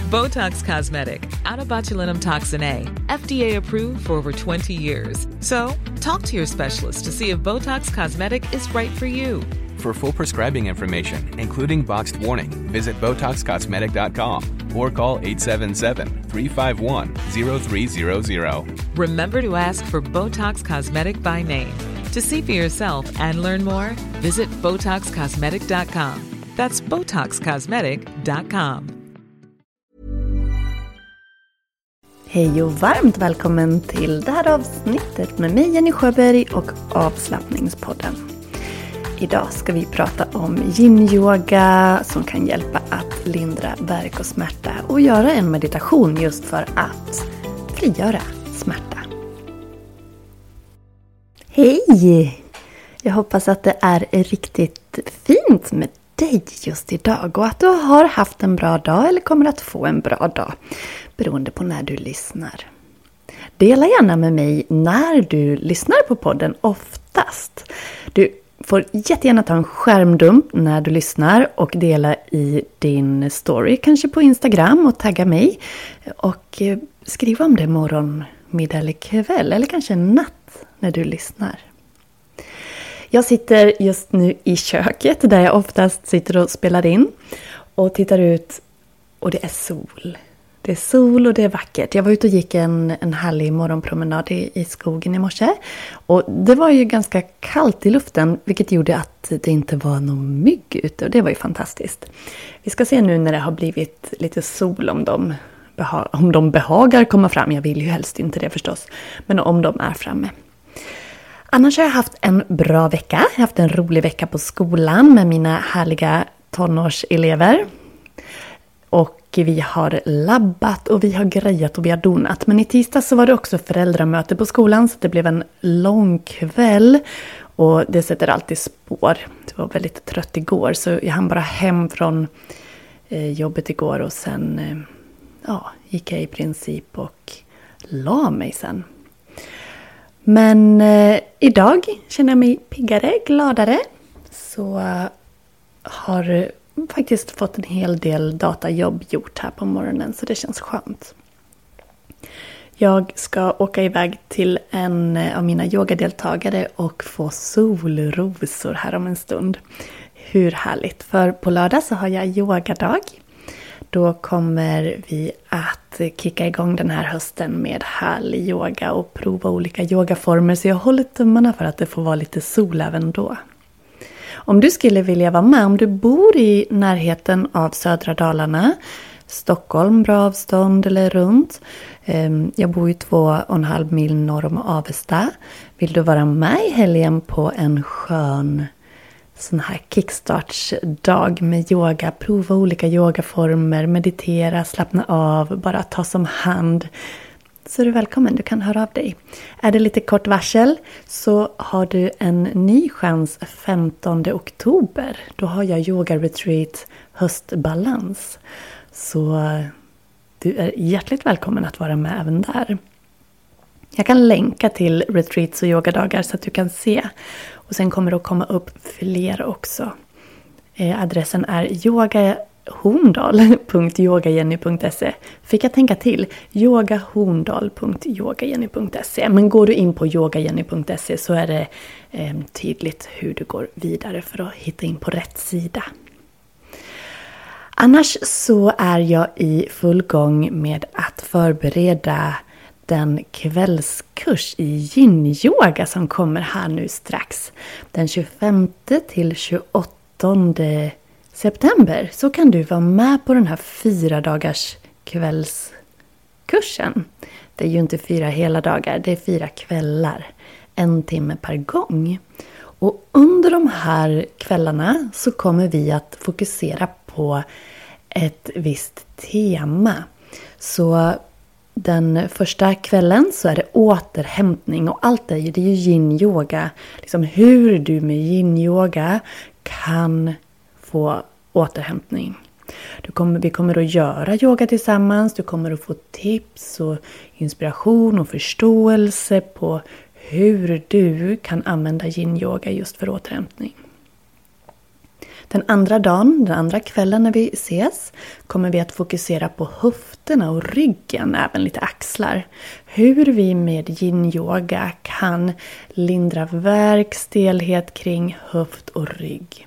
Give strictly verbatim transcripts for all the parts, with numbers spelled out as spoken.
Botox Cosmetic, out of botulinum toxin A, F D A approved for over twenty years. So, talk to your specialist to see if Botox Cosmetic is right for you. For full prescribing information, including boxed warning, visit Botox Cosmetic dot com or call eight seven seven, three five one, zero three zero zero. Remember to ask for Botox Cosmetic by name. To see for yourself and learn more, visit Botox Cosmetic dot com. That's Botox Cosmetic dot com. Hej och varmt välkommen till det här avsnittet med mig Jenny Sjöberg och avslappningspodden. Idag ska vi prata om yin-yoga som kan hjälpa att lindra värk och smärta och göra en meditation just för att frigöra smärta. Hej! Jag hoppas att det är riktigt fint med dig just idag och att du har haft en bra dag eller kommer att få en bra dag beroende på när du lyssnar. Dela gärna med mig när du lyssnar på podden oftast. Du får jättegärna ta en skärmdump när du lyssnar och dela i din story, kanske på Instagram, och tagga mig. Och skriva om det morgon, middag eller kväll eller kanske natt när du lyssnar. Jag sitter just nu i köket där jag oftast sitter och spelar in och tittar ut och det är sol. Det är sol och det är vackert. Jag var ute och gick en, en härlig morgonpromenad i, i skogen i morse. Och det var ju ganska kallt i luften, vilket gjorde att det inte var någon mygg ute. Och det var ju fantastiskt. Vi ska se nu när det har blivit lite sol om de, beha- om de behagar komma fram. Jag vill ju helst inte det förstås. Men om de är framme. Annars har jag haft en bra vecka. Jag har haft en rolig vecka på skolan med mina härliga tonårselever. Och vi har labbat och vi har grejat och vi har donat. Men i tisdag så var det också föräldramöte på skolan så det blev en lång kväll. Och det sätter alltid spår. Det var väldigt trött igår så jag hann bara hem från eh, jobbet igår. Och sen eh, ja, gick jag i princip och la mig sen. Men eh, idag känner jag mig piggare, gladare. Så eh, har faktiskt fått en hel del datajobb gjort här på morgonen så det känns skönt. Jag ska åka iväg till en av mina yogadeltagare och få solrosor här om en stund. Hur härligt, för på lördag så har jag yogadag. Då kommer vi att kicka igång den här hösten med härlig yoga och prova olika yogaformer så jag håller tummarna för att det får vara lite sol även då. Om du skulle vilja vara med, om du bor i närheten av södra Dalarna, Stockholm, bra avstånd eller runt. Jag bor ju två och en halv mil norr om Avesta. Vill du vara med i helgen på en skön sån här kickstartsdag med yoga, prova olika yogaformer, meditera, slappna av, bara ta som hand. Så är du välkommen, du kan höra av dig. Är det lite kort varsel så har du en ny chans femtonde oktober. Då har jag yoga retreat höstbalans. Så du är hjärtligt välkommen att vara med även där. Jag kan länka till retreats och yogadagar så att du kan se. Och sen kommer det att komma upp fler också. Eh, adressen är yoga horndal punkt yogajenny punkt se. Fick jag tänka till yoga horndal punkt yogajenny punkt se. Men går du in på yogajenny punkt se så är det eh, tydligt hur du går vidare för att hitta in på rätt sida. Annars så är jag i full gång med att förbereda den kvällskurs i yin-yoga som kommer här nu strax. Den tjugofemte till tjugoåttonde september så kan du vara med på den här fyra dagars kvällskursen. Det är ju inte fyra hela dagar, det är fyra kvällar. En timme per gång. Och under de här kvällarna så kommer vi att fokusera på ett visst tema. Så den första kvällen så är det återhämtning och allt det, det är ju yin-yoga. Liksom hur du med yin-yoga kan få återhämtning. Du kommer, vi kommer att göra yoga tillsammans. Du kommer att få tips och inspiration och förståelse på hur du kan använda yin-yoga just för återhämtning. Den andra dagen, den andra kvällen när vi ses, kommer vi att fokusera på höfterna och ryggen, även lite axlar. Hur vi med yin-yoga kan lindra värk, stelhet kring höft och rygg.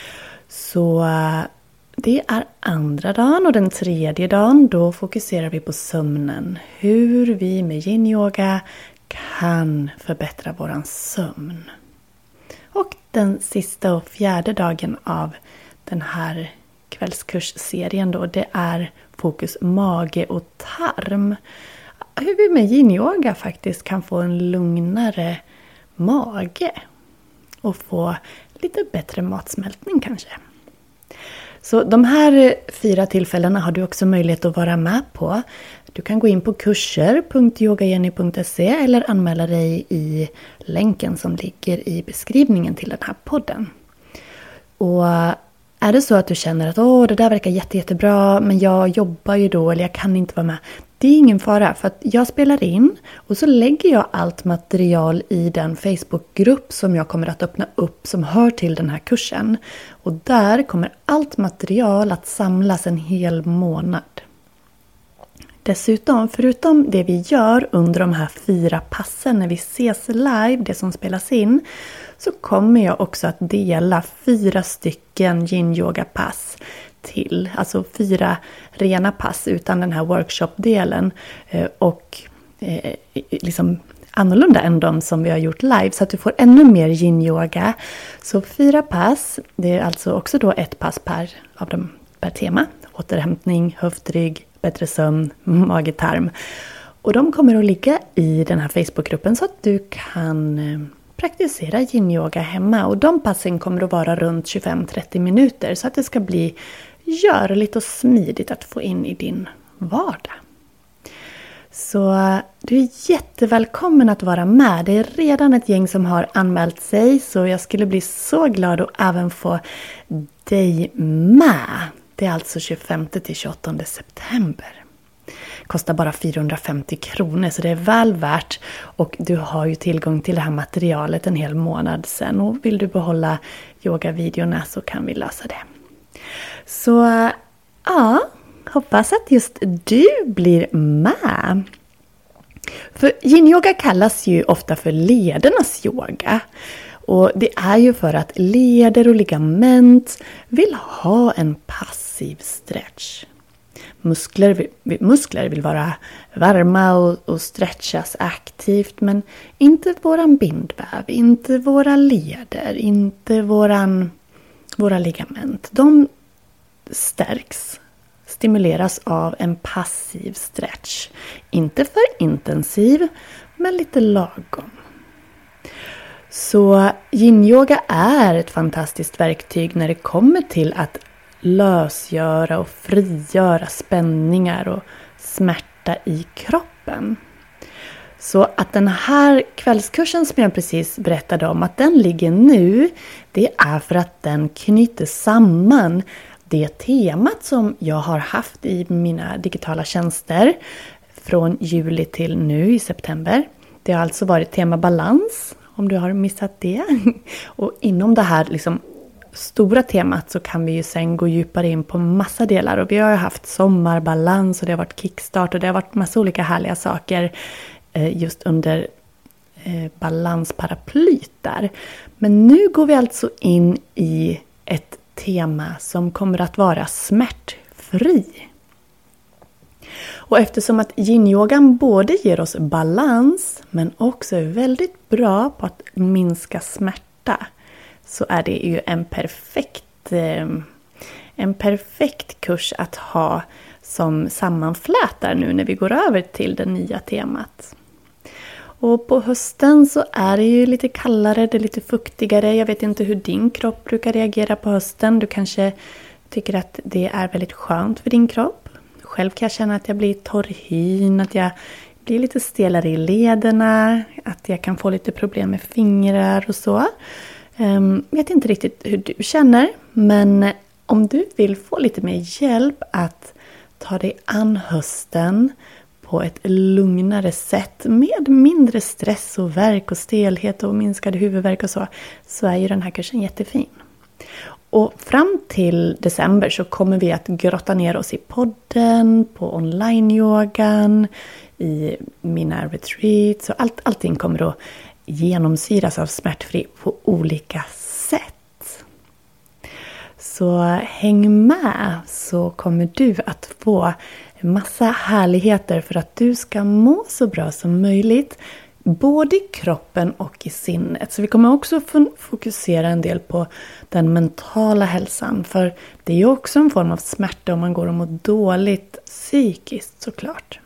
Så det är andra dagen, och den tredje dagen då fokuserar vi på sömnen. Hur vi med yin-yoga kan förbättra våran sömn. Och den sista och fjärde dagen av den här kvällskursserien då, det är fokus mage och tarm. Hur vi med yin-yoga faktiskt kan få en lugnare mage och få lite bättre matsmältning kanske. Så de här fyra tillfällena har du också möjlighet att vara med på. Du kan gå in på kurser punkt yogajenny punkt se eller anmäla dig i länken som ligger i beskrivningen till den här podden. Och är det så att du känner att åh, det där verkar jätte, jättebra, men jag jobbar ju då eller jag kan inte vara med. Det är ingen fara, för att jag spelar in och så lägger jag allt material i den Facebookgrupp som jag kommer att öppna upp som hör till den här kursen. Och där kommer allt material att samlas en hel månad. Dessutom, förutom det vi gör under de här fyra passen när vi ses live, det som spelas in, så kommer jag också att dela fyra stycken yin-yoga-pass till. Alltså fyra rena pass utan den här workshop-delen och eh, liksom annorlunda än de som vi har gjort live, så att du får ännu mer yin-yoga. Så fyra pass, det är alltså också då ett pass per, av dem, per tema. Återhämtning, höftrygg, bättre sömn, mage-tarm. Och de kommer att ligga i den här Facebookgruppen så att du kan praktisera yin-yoga hemma. Och de passen kommer att vara runt tjugofem till trettio minuter så att det ska bli görligt och smidigt att få in i din vardag. Så du är jättevälkommen att vara med. Det är redan ett gäng som har anmält sig, så jag skulle bli så glad att även få dig med. Det är alltså tjugofemte till tjugoåttonde september. Kostar bara fyrahundrafemtio kronor, så det är väl värt. Och du har ju tillgång till det här materialet en hel månad sen. Och vill du behålla yogavideorna så kan vi lösa det. Så ja, hoppas att just du blir med. För yin-yoga kallas ju ofta för ledernas yoga. Och det är ju för att leder och ligament vill ha en passiv stretch. Muskler, muskler vill vara varma och, och stretchas aktivt, men inte våran bindväv, inte våra leder, inte våran, våra ligament. De stärks, stimuleras av en passiv stretch. Inte för intensiv, men lite lagom. Så yin-yoga är ett fantastiskt verktyg när det kommer till att lösgöra och frigöra spänningar och smärta i kroppen. Så att den här kvällskursen som jag precis berättade om, att den ligger nu, det är för att den knyter samman det temat som jag har haft i mina digitala tjänster från juli till nu i september. Det har alltså varit tema balans, om du har missat det. Och inom det här liksom stora temat så kan vi ju sen gå djupare in på massa delar. Och vi har ju haft sommarbalans och det har varit kickstart och det har varit massa olika härliga saker just under balansparaplyt där. Men nu går vi alltså in i ett tema som kommer att vara smärtfri. Och eftersom att yin-yogan både ger oss balans men också är väldigt bra på att minska smärta, så är det ju en perfekt, en perfekt kurs att ha som sammanflätar nu när vi går över till det nya temat. Och på hösten så är det ju lite kallare, det är lite fuktigare. Jag vet inte hur din kropp brukar reagera på hösten. Du kanske tycker att det är väldigt skönt för din kropp. Själv kan jag känna att jag blir torr i hyn, att jag blir lite stelare i lederna, att jag kan få lite problem med fingrar och så. Jag vet inte riktigt hur du känner, men om du vill få lite mer hjälp att ta dig an hösten på ett lugnare sätt med mindre stress och värk och stelhet och minskad huvudvärk och så, så är ju den här kursen jättefin. Och fram till december så kommer vi att grotta ner oss i podden, på online-yogan, i mina retreats. Och allt, allting kommer att genomsyras av smärtfri på olika sätt. Så häng med, så kommer du att få en massa härligheter för att du ska må så bra som möjligt. Både i kroppen och i sinnet. Så vi kommer också fokusera en del på den mentala hälsan. För det är ju också en form av smärta om man går och mår dåligt psykiskt såklart.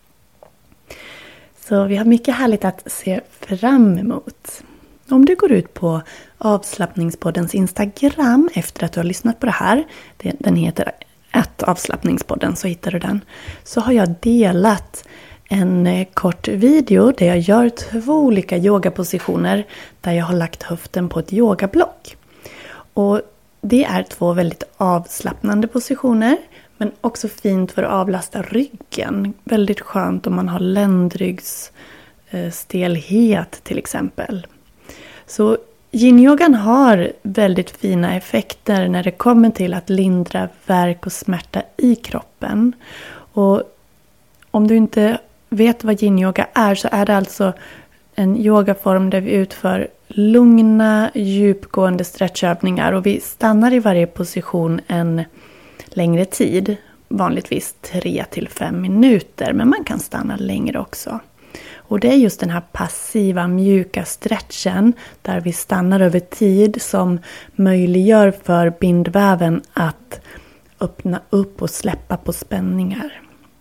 Så vi har mycket härligt att se fram emot. Om du går ut på Avslappningspoddens Instagram efter att du har lyssnat på det här. Den heter att Avslappningspodden, så hittar du den. Så har jag delat en kort video där jag gör två olika yogapositioner där jag har lagt höften på ett yogablock. Och det är två väldigt avslappnande positioner, men också fint för att avlasta ryggen. Väldigt skönt om man har ländryggsstelhet till exempel. Så yin-yogan har väldigt fina effekter när det kommer till att lindra värk och smärta i kroppen. Och om du inte vet vad yin-yoga är, så är det alltså en yogaform där vi utför lugna, djupgående stretchövningar. Och vi stannar i varje position en längre tid. Vanligtvis tre till fem minuter, men man kan stanna längre också. Och det är just den här passiva, mjuka stretchen där vi stannar över tid som möjliggör för bindväven att öppna upp och släppa på spänningar.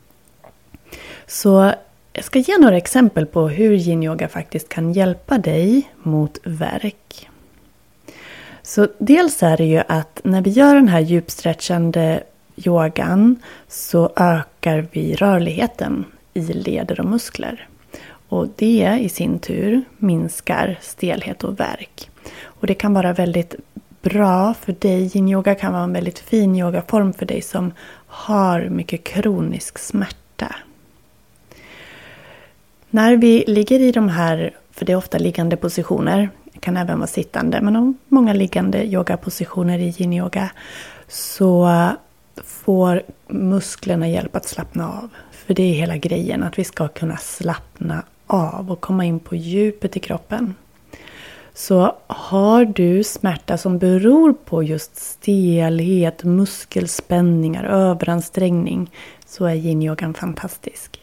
Så jag ska ge några exempel på hur yin-yoga faktiskt kan hjälpa dig mot värk. Så dels är det ju att när vi gör den här djupstretchande yogan så ökar vi rörligheten i leder och muskler. Och det i sin tur minskar stelhet och värk. Och det kan vara väldigt bra för dig. Yin-yoga kan vara en väldigt fin yogaform för dig som har mycket kronisk smärta. När vi ligger i de här, för det är ofta liggande positioner, det kan även vara sittande, men om många liggande yogapositioner i yin-yoga, så får musklerna hjälp att slappna av. För det är hela grejen, att vi ska kunna slappna av och komma in på djupet i kroppen. Så har du smärta som beror på just stelhet, muskelspänningar, överansträngning, så är yin-yogan fantastisk.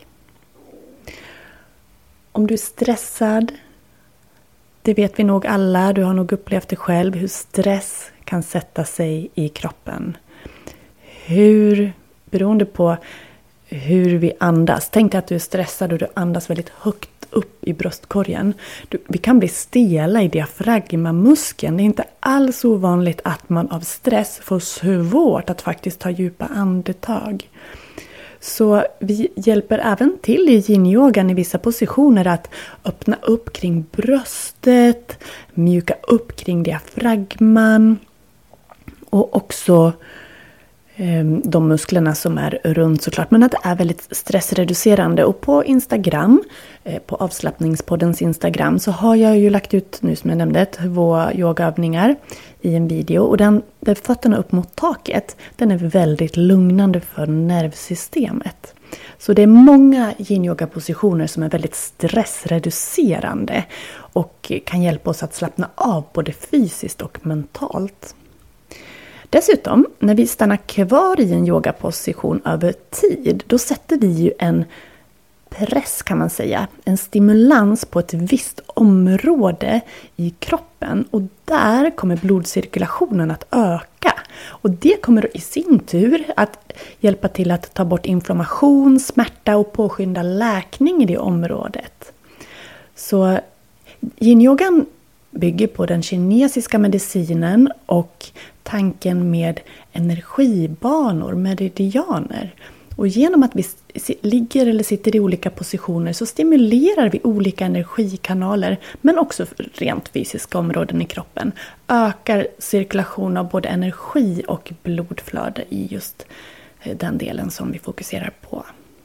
Om du är stressad, det vet vi nog alla, du har nog upplevt det själv, hur stress kan sätta sig i kroppen. Hur, beroende på hur vi andas. Tänk dig att du är stressad och du andas väldigt högt upp i bröstkorgen. Du, vi kan bli stela i diafragmamuskeln. Det är inte alls ovanligt att man av stress får svårt att faktiskt ta djupa andetag. Så vi hjälper även till i yin-yogan i vissa positioner att öppna upp kring bröstet, mjuka upp kring diafragman och också eh, de musklerna som är runt såklart. Men att det är väldigt stressreducerande. Och på Instagram, eh, på Avslappningspoddens Instagram, så har jag ju lagt ut, nu som jag nämnde, två yogaövningar i en video. Och den där fötterna upp mot taket, den är väldigt lugnande för nervsystemet. Så det är många yin-yoga-positioner som är väldigt stressreducerande och kan hjälpa oss att slappna av både fysiskt och mentalt. Dessutom, när vi stannar kvar i en yogaposition över tid, då sätter vi ju en press, kan man säga, en stimulans på ett visst område i kroppen, och där kommer blodcirkulationen att öka, och det kommer i sin tur att hjälpa till att ta bort inflammation, smärta och påskynda läkning i det området. Så yin-yogan bygger på den kinesiska medicinen och tanken med energibanor, meridianer. Och genom att vi ligger eller sitter i olika positioner så stimulerar vi olika energikanaler, men också rent fysiska områden i kroppen. Ökar cirkulation av både energi och blodflöde i just den delen som vi fokuserar på.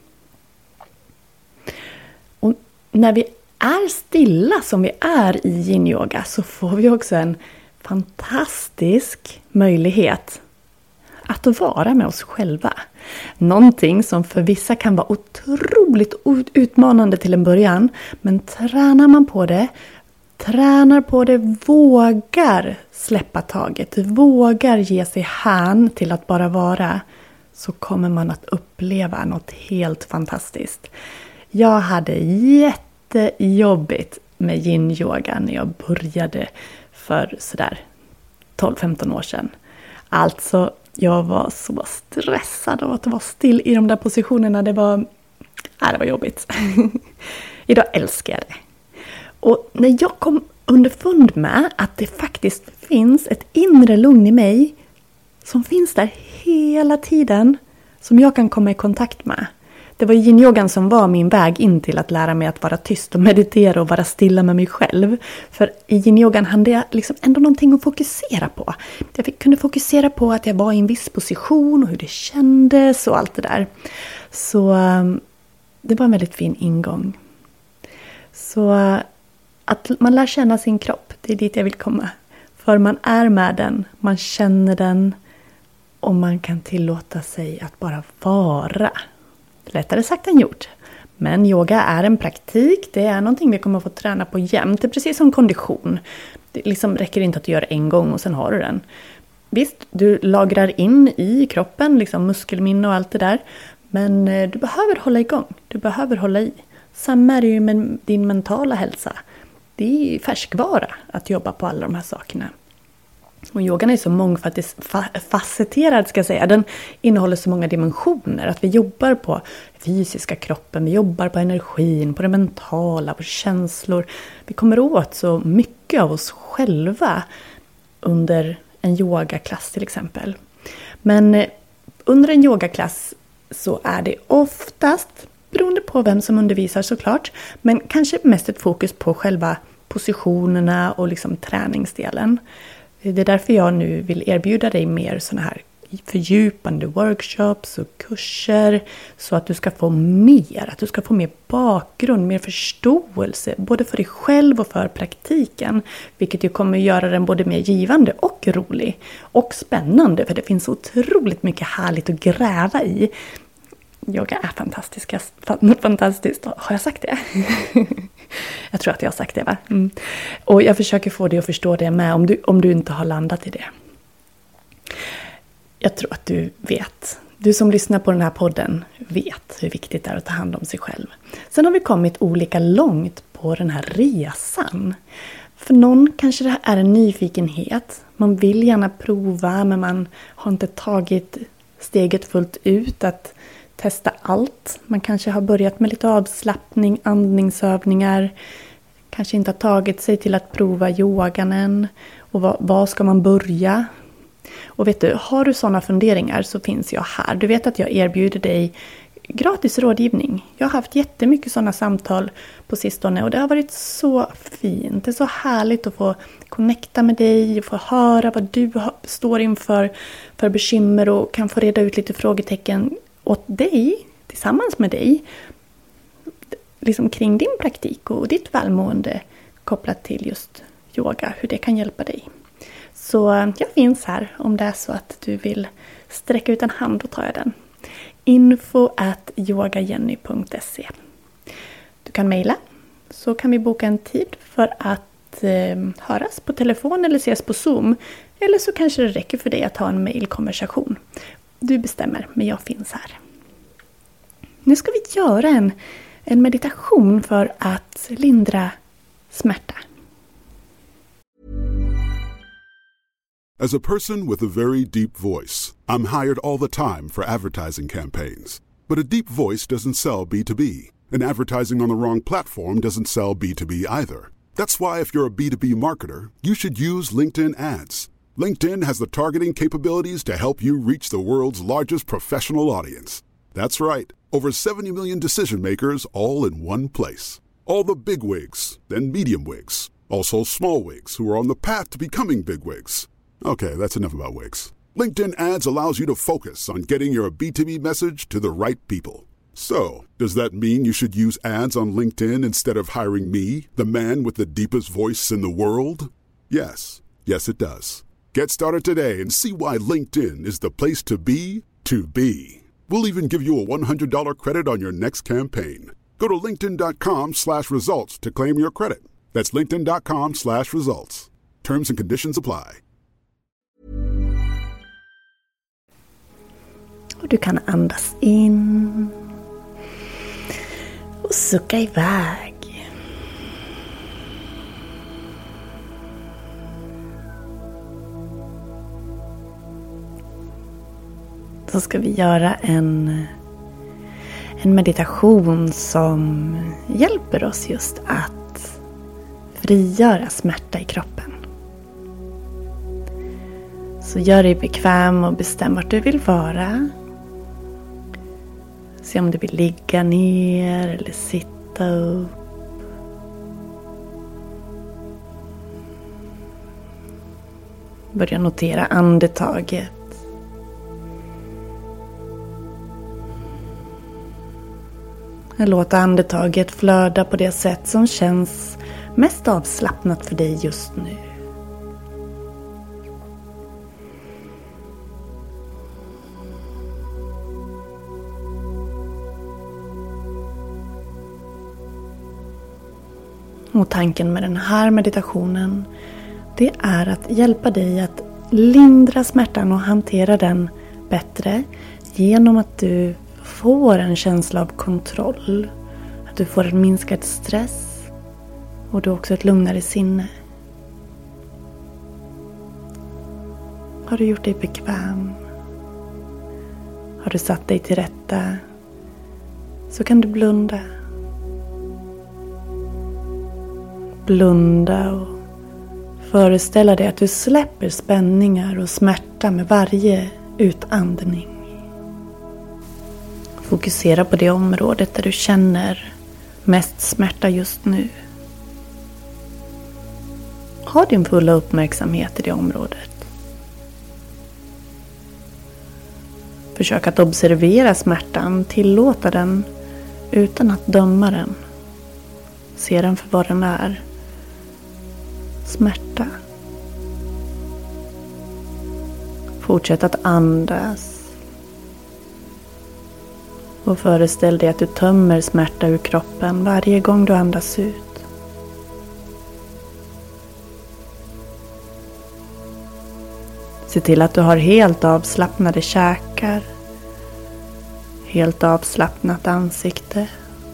Och när vi är stilla som vi är i yin-yoga så får vi också en fantastisk möjlighet att vara med oss själva. Någonting som för vissa kan vara otroligt utmanande till en början. Men tränar man på det, tränar på det, vågar släppa taget, vågar ge sig hän till att bara vara, så kommer man att uppleva något helt fantastiskt. Jag hade jättejobbigt med yin-yoga när jag började för sådär tolv femton år sedan. Alltså, jag var så stressad av att vara still i de där positionerna. Det var, äh, det var jobbigt. Idag älskar jag det. Och när jag kom underfund med att det faktiskt finns ett inre lugn i mig som finns där hela tiden, som jag kan komma i kontakt med. Det var yin-yogan som var min väg in till att lära mig att vara tyst och meditera och vara stilla med mig själv. För i yin-yogan hade jag liksom ändå någonting att fokusera på. Jag kunde fokusera på att jag var i en viss position och hur det kändes och allt det där. Så det var en väldigt fin ingång. Så att man lär känna sin kropp, det är dit jag vill komma. För man är med den, man känner den och man kan tillåta sig att bara vara. Lättare sagt än gjort. Men yoga är en praktik. Det är någonting vi kommer att få träna på jämt. Det är precis som kondition. Det liksom räcker inte att du gör en gång och sen har du den. Visst, du lagrar in i kroppen liksom muskelminne och allt det där. Men du behöver hålla igång. Du behöver hålla i. Samma är det ju med din mentala hälsa. Det är färskvara att jobba på alla de här sakerna. Och yogan är så mångfacetterad, ska jag säga. Den innehåller så många dimensioner. Att vi jobbar på fysiska kroppen, vi jobbar på energin, på det mentala, på känslor. Vi kommer åt så mycket av oss själva under en yogaklass till exempel. Men under en yogaklass så är det oftast, beroende på vem som undervisar såklart, men kanske mest ett fokus på själva positionerna och liksom träningsdelen. Det är därför jag nu vill erbjuda dig mer såna här fördjupande workshops och kurser. Så att du ska få mer, att du ska få mer bakgrund, mer förståelse. Både för dig själv och för praktiken. Vilket ju kommer göra den både mer givande och rolig. Och spännande, för det finns otroligt mycket härligt att gräva i. Yoga är fantastisk. Fantastiskt. Har jag sagt det? Jag tror att jag har sagt det, va? Mm. Och jag försöker få dig att förstå det med om du, om du inte har landat i det. Jag tror att du vet. Du som lyssnar på den här podden vet hur viktigt det är att ta hand om sig själv. Sen har vi kommit olika långt på den här resan. För någon kanske det är en nyfikenhet. Man vill gärna prova, men man har inte tagit steget fullt ut att testa allt. Man kanske har börjat med lite avslappning, andningsövningar. Kanske inte har tagit sig till att prova yogan än. Och vad, vad ska man börja? Och vet du, har du sådana funderingar så finns jag här. Du vet att jag erbjuder dig gratis rådgivning. Jag har haft jättemycket sådana samtal på sistone och det har varit så fint. Det är så härligt att få connecta med dig och få höra vad du står inför för bekymmer och kan få reda ut lite frågetecken åt dig, tillsammans med dig, liksom kring din praktik och ditt välmående kopplat till just yoga, hur det kan hjälpa dig. Så jag finns här om det är så att du vill sträcka ut en hand, och tar jag den. info at yogajenny punkt se. Du kan mejla, så kan vi boka en tid för att eh, höras på telefon eller ses på Zoom. Eller så kanske det räcker för dig att ha en mejlkonversation. Du bestämmer, men jag finns här. Nu ska vi göra en, en meditation för att lindra smärta. As a person with a very deep voice, I'm hired all the time for advertising campaigns. But a deep voice doesn't sell B two B, and advertising on the wrong platform doesn't sell B two B either. That's why if you're a B two B marketer, you should use LinkedIn ads. LinkedIn has the targeting capabilities to help you reach the world's largest professional audience. That's right, over seventy million decision makers all in one place. All the big wigs, then medium wigs, also small wigs who are on the path to becoming big wigs. Okay, that's enough about wigs. LinkedIn ads allows you to focus on getting your B two B message to the right people. So, does that mean you should use ads on LinkedIn instead of hiring me, the man with the deepest voice in the world? Yes. Yes, it does. Get started today and see why LinkedIn is the place to be to be. We'll even give you a one hundred dollars credit on your next campaign. Go to linkedin.com slash results to claim your credit. That's linkedin.com slash results. Terms and conditions apply. Och du kan andas in och sucka iväg. Så ska vi göra en, en meditation som hjälper oss just att frigöra smärta i kroppen. Så gör dig bekväm och bestäm vart du vill vara. Se om du vill ligga ner eller sitta upp. Börja notera andetaget. Låt andetaget flöda på det sätt som känns mest avslappnat för dig just nu. Och tanken med den här meditationen, det är att hjälpa dig att lindra smärtan och hantera den bättre genom att du får en känsla av kontroll. Att du får en minskad stress och du också ett lugnare sinne. Har du gjort dig bekväm? Har du satt dig till rätta? Så kan du blunda. Blunda och föreställa dig att du släpper spänningar och smärta med varje utandning. Fokusera på det området där du känner mest smärta just nu. Ha din fulla uppmärksamhet i det området. Försök att observera smärtan, tillåta den utan att döma den. Se den för vad den är. Smärta. Fortsätt att andas. Och föreställ dig att du tömmer smärta ur kroppen varje gång du andas ut. Se till att du har helt avslappnade käkar. Helt avslappnat ansikte.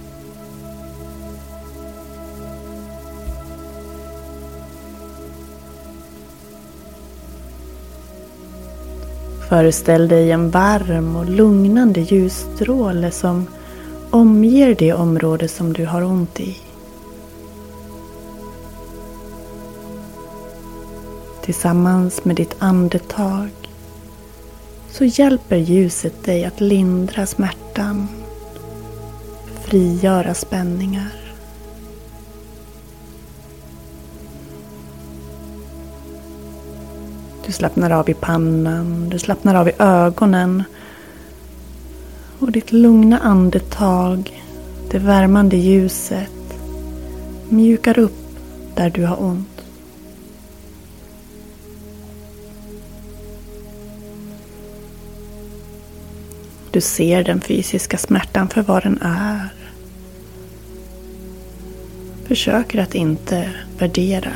Föreställ dig en varm och lugnande ljusstråle som omger det område som du har ont i. Tillsammans med ditt andetag så hjälper ljuset dig att lindra smärtan, frigöra spänningar. Du slappnar av i pannan, du slappnar av i ögonen. Och ditt lugna andetag, det värmande ljuset, mjukar upp där du har ont. Du ser den fysiska smärtan för vad den är. Försöker att inte värdera.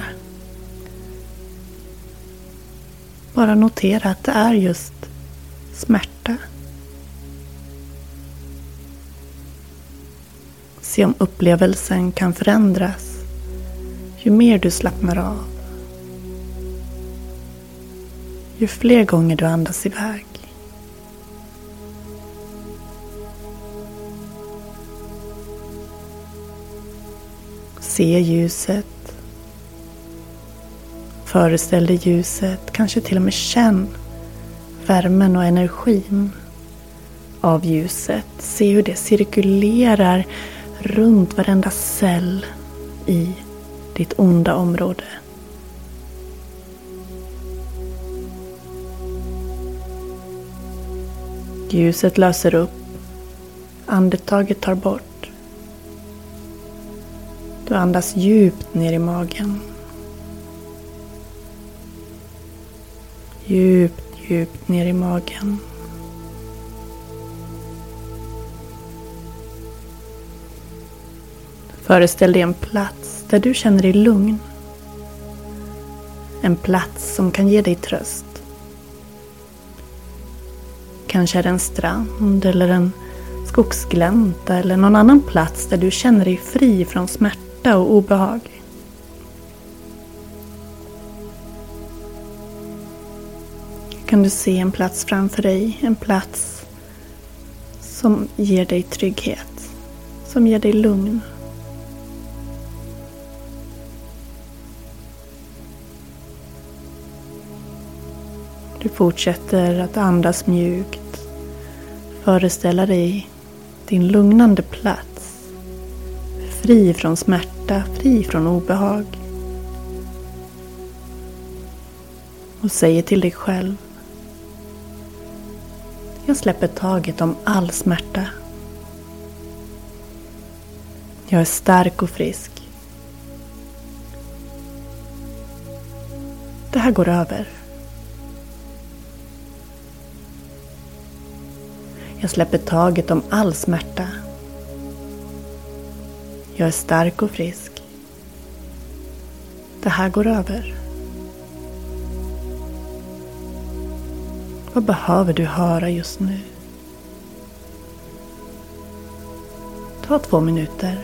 Bara notera att det är just smärta. Se om upplevelsen kan förändras ju mer du slappnar av. Ju fler gånger du andas iväg. Se ljuset. Föreställ dig ljuset, kanske till och med känn värmen och energin av ljuset. Se hur det cirkulerar runt varenda cell i ditt onda område. Ljuset löser upp, andetaget tar bort. Du andas djupt ner i magen. Djupt, djupt ner i magen. Föreställ dig en plats där du känner dig lugn. En plats som kan ge dig tröst. Kanske är det en strand eller en skogsglänta eller någon annan plats där du känner dig fri från smärta och obehag. Kan du se en plats framför dig, en plats som ger dig trygghet, som ger dig lugn. Du fortsätter att andas mjukt. Föreställa dig din lugnande plats. Fri från smärta, fri från obehag. Och säger till dig själv: jag släpper taget om all smärta. Jag är stark och frisk. Det här går över. Jag släpper taget om all smärta. Jag är stark och frisk. Det här går över. Vad behöver du höra just nu? Ta två minuter.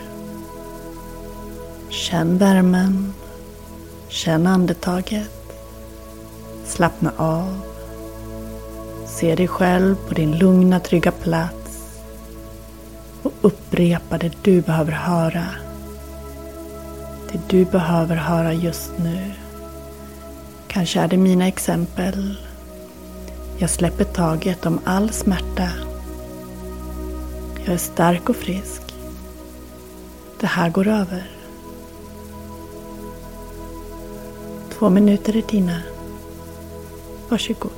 Känn värmen. Känn andetaget. Slappna av. Se dig själv på din lugna, trygga plats. Och upprepa det du behöver höra. Det du behöver höra just nu. Kanske är det mina exempel. Jag släpper taget om all smärta. Jag är stark och frisk. Det här går över. Två minuter är dina. Varsågod.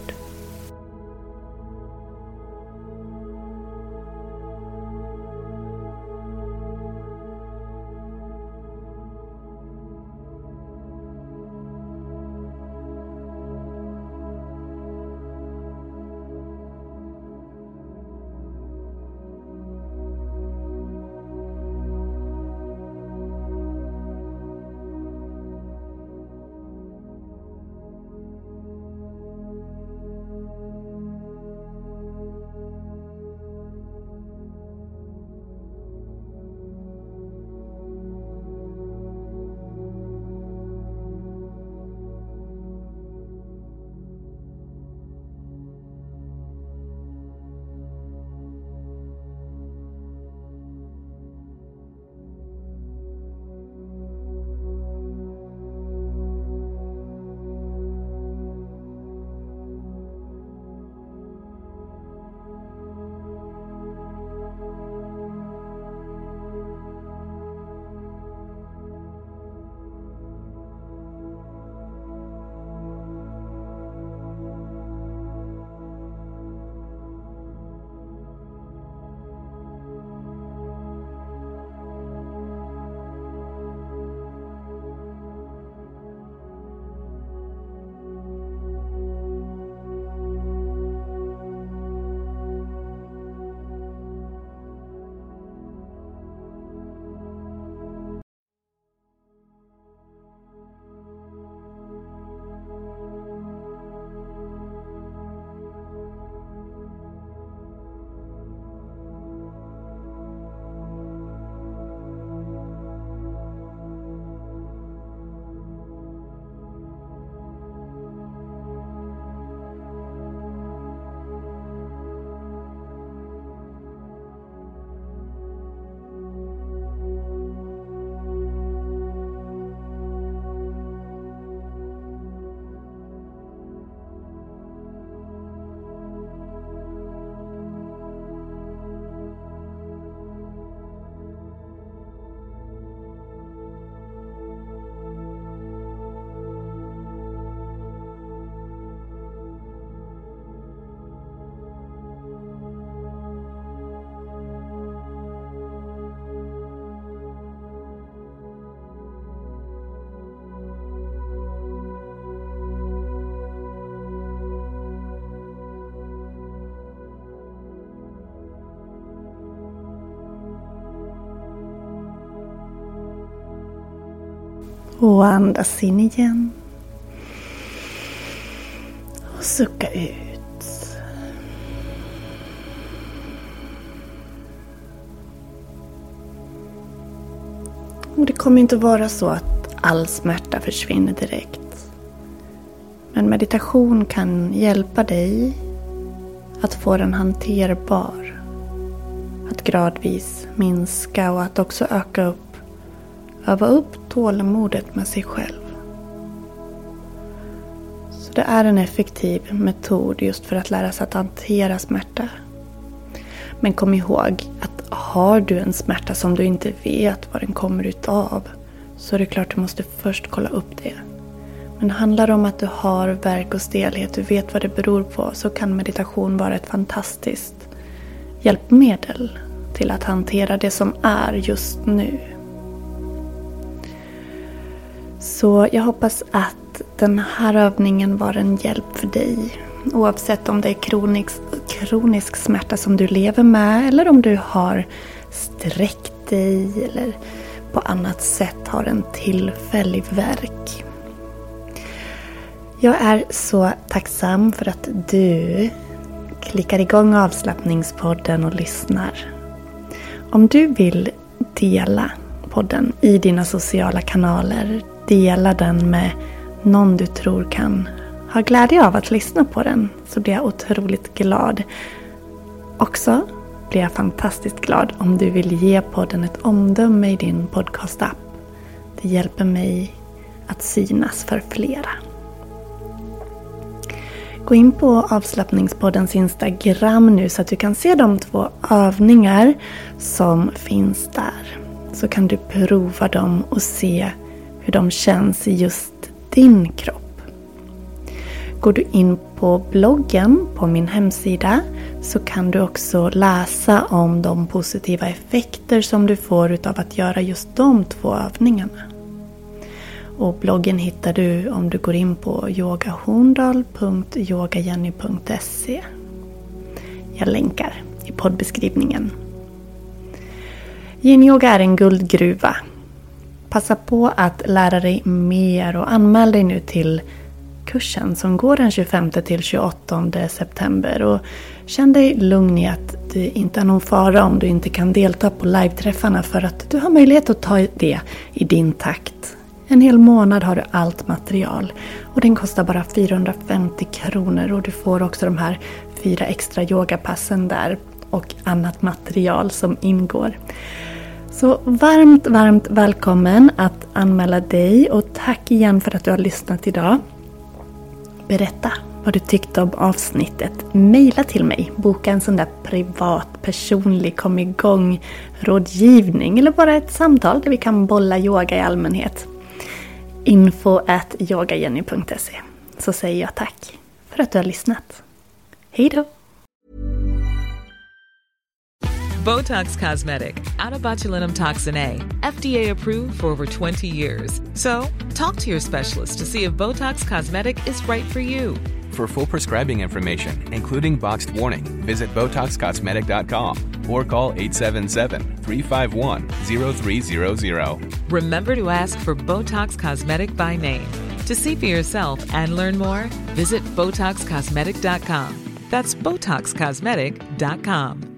Och andas in igen. Och sucka ut. Och det kommer inte vara så att all smärta försvinner direkt. Men meditation kan hjälpa dig att få den hanterbar. Att gradvis minska och att också öka upp. Öva upp tålamodet med sig själv. Så det är en effektiv metod just för att lära sig att hantera smärta. Men kom ihåg att har du en smärta som du inte vet vad den kommer utav, så är det klart du måste först kolla upp det. Men handlar det om att du har värk och stelhet, du vet vad det beror på, så kan meditation vara ett fantastiskt hjälpmedel till att hantera det som är just nu. Så jag hoppas att den här övningen var en hjälp för dig. Oavsett om det är kronisk, kronisk smärta som du lever med, eller om du har sträckt dig eller på annat sätt har en tillfällig värk. Jag är så tacksam för att du klickar igång avslappningspodden och lyssnar. Om du vill dela podden i dina sociala kanaler, dela den med någon du tror kan ha glädje av att lyssna på den, så blir jag otroligt glad. Också blir jag fantastiskt glad om du vill ge podden ett omdöme i din podcast-app. Det hjälper mig att synas för flera. Gå in på avslappningspoddens Instagram nu så att du kan se de två övningar som finns där. Så kan du prova dem och se hur de känns i just din kropp. Går du in på bloggen på min hemsida så kan du också läsa om de positiva effekter som du får utav att göra just de två övningarna. Och bloggen hittar du om du går in på yogahorndal punkt yogajenny punkt se. Jag länkar i poddbeskrivningen. Yin-yoga är en guldgruva. Passa på att lära dig mer och anmäl dig nu till kursen som går den tjugofemte till tjugoåttonde september. Och känn dig lugn i att det inte är någon fara om du inte kan delta på live-träffarna, för att du har möjlighet att ta det i din takt. En hel månad har du allt material och den kostar bara fyrahundrafemtio kronor, och du får också de här fyra extra yogapassen där och annat material som ingår. Så varmt, varmt välkommen att anmäla dig, och tack igen för att du har lyssnat idag. Berätta vad du tyckte om avsnittet. Maila till mig, boka en sån där privat, personlig, kom igång rådgivning eller bara ett samtal där vi kan bolla yoga i allmänhet. info at yogajenny punkt se. Så säger jag tack för att du har lyssnat. Hej då! Botox Cosmetic, out of botulinum toxin A, F D A approved for over twenty years. So, talk to your specialist to see if Botox Cosmetic is right for you. For full prescribing information, including boxed warning, visit botox cosmetic dot com or call eight seven seven, three five one, zero three zero zero. Remember to ask for Botox Cosmetic by name. To see for yourself and learn more, visit botox cosmetic dot com. That's botox cosmetic dot com.